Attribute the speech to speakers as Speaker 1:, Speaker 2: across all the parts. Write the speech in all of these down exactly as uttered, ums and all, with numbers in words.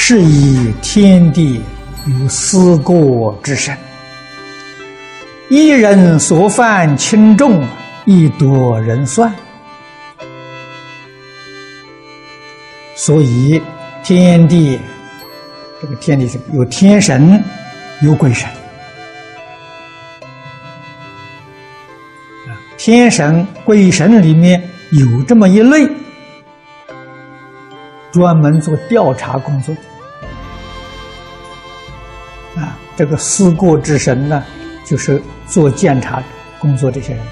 Speaker 1: 是以天地有思过之身，一人所犯轻重，亦多人算。所以天地，这个天地是有天神，有鬼神。天神、鬼神里面有这么一类，专门做调查工作的。啊，这个思过之神呢，就是做监察工作这些人，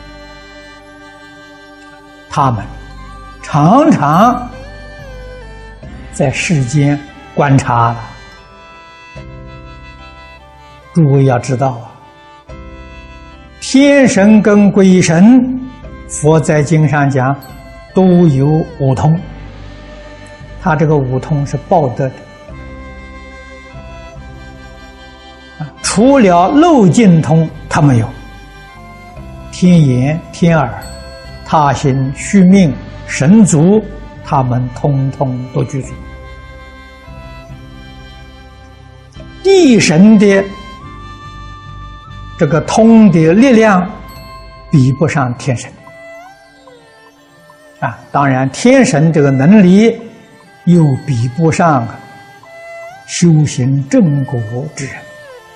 Speaker 1: 他们常常在世间观察了。诸位要知道啊，天神跟鬼神，佛在经上讲都有五通，他这个五通是报德的。除了漏尽通，他没有。天眼、天耳、他心、虚命、神足，他们通通都具足。地神的这个通的力量比不上天神啊，当然天神这个能力又比不上修行正果之人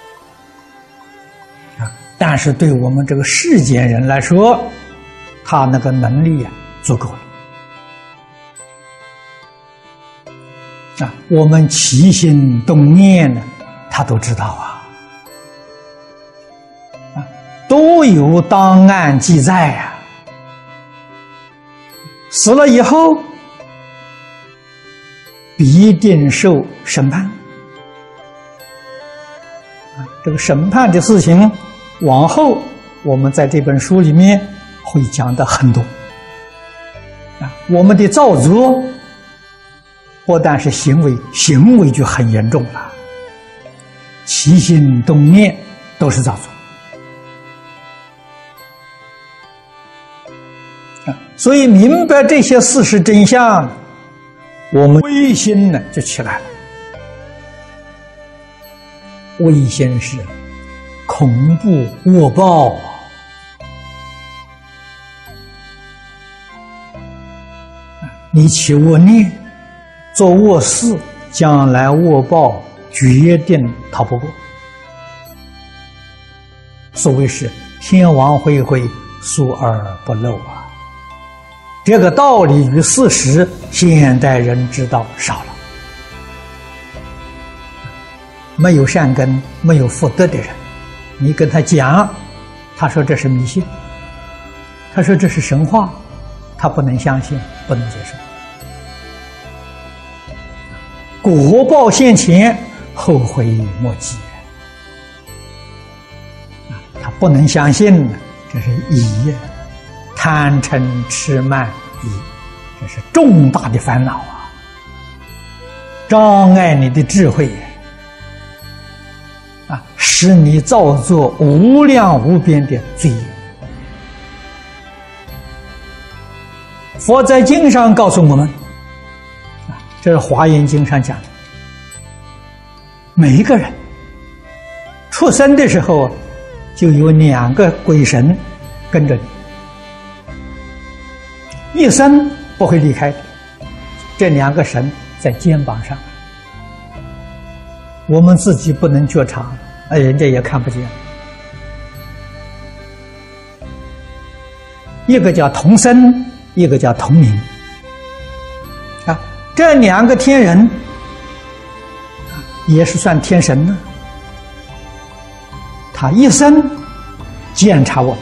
Speaker 1: 啊，但是对我们这个世间人来说，他那个能力啊足够了啊，我们起心动念呢，他都知道啊。都有档案记载呀、啊，死了以后必定受审判。啊，这个审判的事情，往后我们在这本书里面会讲的很多。啊，我们的造作不但是行为，行为就很严重了，起心动念都是造作。所以明白这些事实真相，我们威心呢就起来了。威心是恐怖恶报啊！你起恶念，做恶事，将来恶报决定逃不过。所谓是天网恢恢，疏而不漏啊！这个道理与事实，现代人知道少了。没有善根、没有福德的人，你跟他讲，他说这是迷信，他说这是神话，他不能相信，不能接受。果报现前，后悔莫及。他不能相信，这是疑。贪嗔痴慢疑，这是重大的烦恼啊，障碍你的智慧啊，使你造作无量无边的罪业。佛在经上告诉我们啊，这是华严经上讲的，每一个人出生的时候就有两个鬼神跟着你，一生不会离开的。这两个神在肩膀上，我们自己不能觉察，哎，人家也看不见。一个叫同生，一个叫同名啊，这两个天人也是算天神呢。他一生监察我们，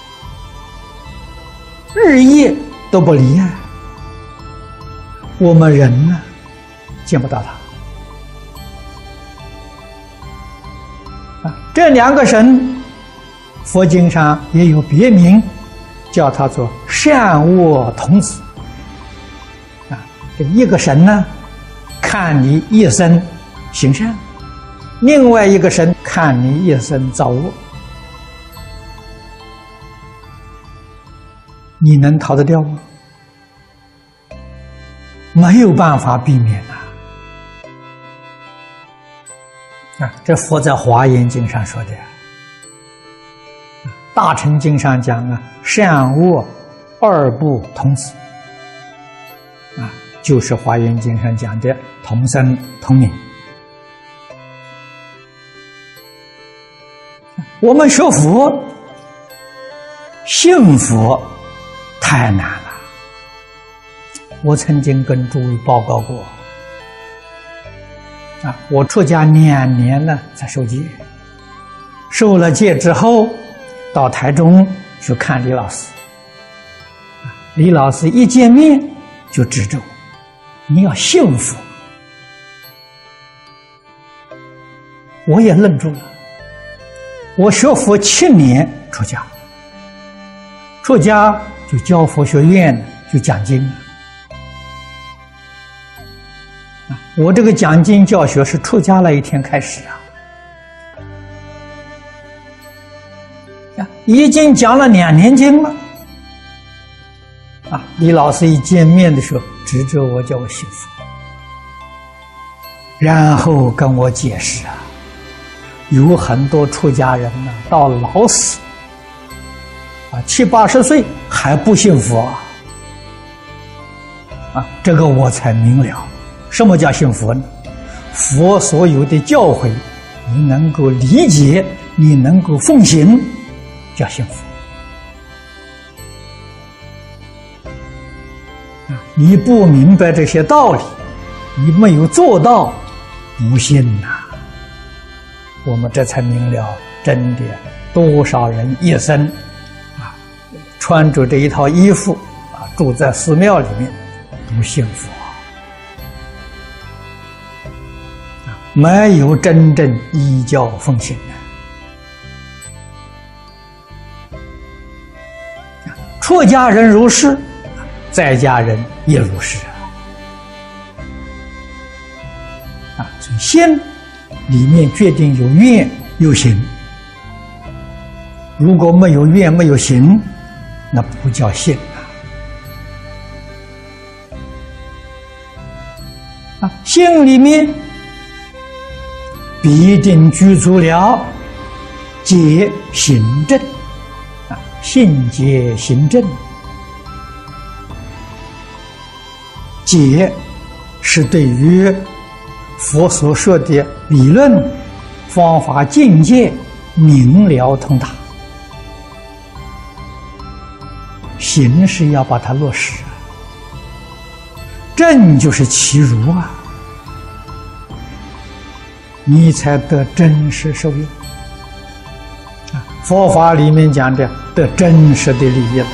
Speaker 1: 日夜都不离啊。我们人呢，见不到他啊。这两个神，佛经上也有别名，叫他做善恶童子啊。这一个神呢，看你一生行善；另外一个神看你一生造恶。你能逃得掉吗？没有办法避免啊！ 啊，这佛在《华严经》上说的，《大乘经》上讲啊，善恶二不同子，啊，就是《华严经》上讲的同生同名。我们学佛信佛太难了，我曾经跟诸位报告过。啊，我出家两年呢才受戒，受了戒之后，到台中去看李老师。李老师一见面就指着我：“你要信佛。”我也愣住了。我学佛七年出家，出家就教佛学院，就讲经。我这个讲经教学是出家那一天开始啊，已经讲了两年经了。啊，李老师一见面的时候，指着我叫我信佛，然后跟我解释啊，有很多出家人呢，到老死啊七八十岁还不信佛啊，啊，这个我才明了。什么叫信佛呢？佛所有的教诲，你能够理解，你能够奉行，叫信佛。你不明白这些道理，你没有做到，不信呐、啊。我们这才明了，真的多少人一生啊，穿着这一套衣服啊，住在寺庙里面，不信佛。没有真正依教奉行的，出家人如是，在家人也如是啊！所以心里面决定有愿有行，如果没有愿没有行，那不叫信啊！啊，心里面必定具足了戒行正啊，信戒行正。戒是对于佛所说的理论方法境界明了通达，行是要把它落实，正就是其如啊，你才得真实受用啊！佛法里面讲的得真实的利益了。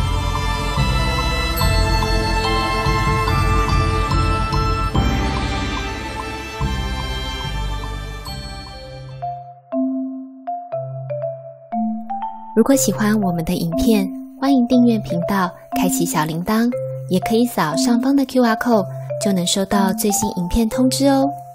Speaker 2: 如果喜欢我们的影片，欢迎订阅频道，开启小铃铛，也可以扫上方的 Q R code，就能收到最新影片通知哦。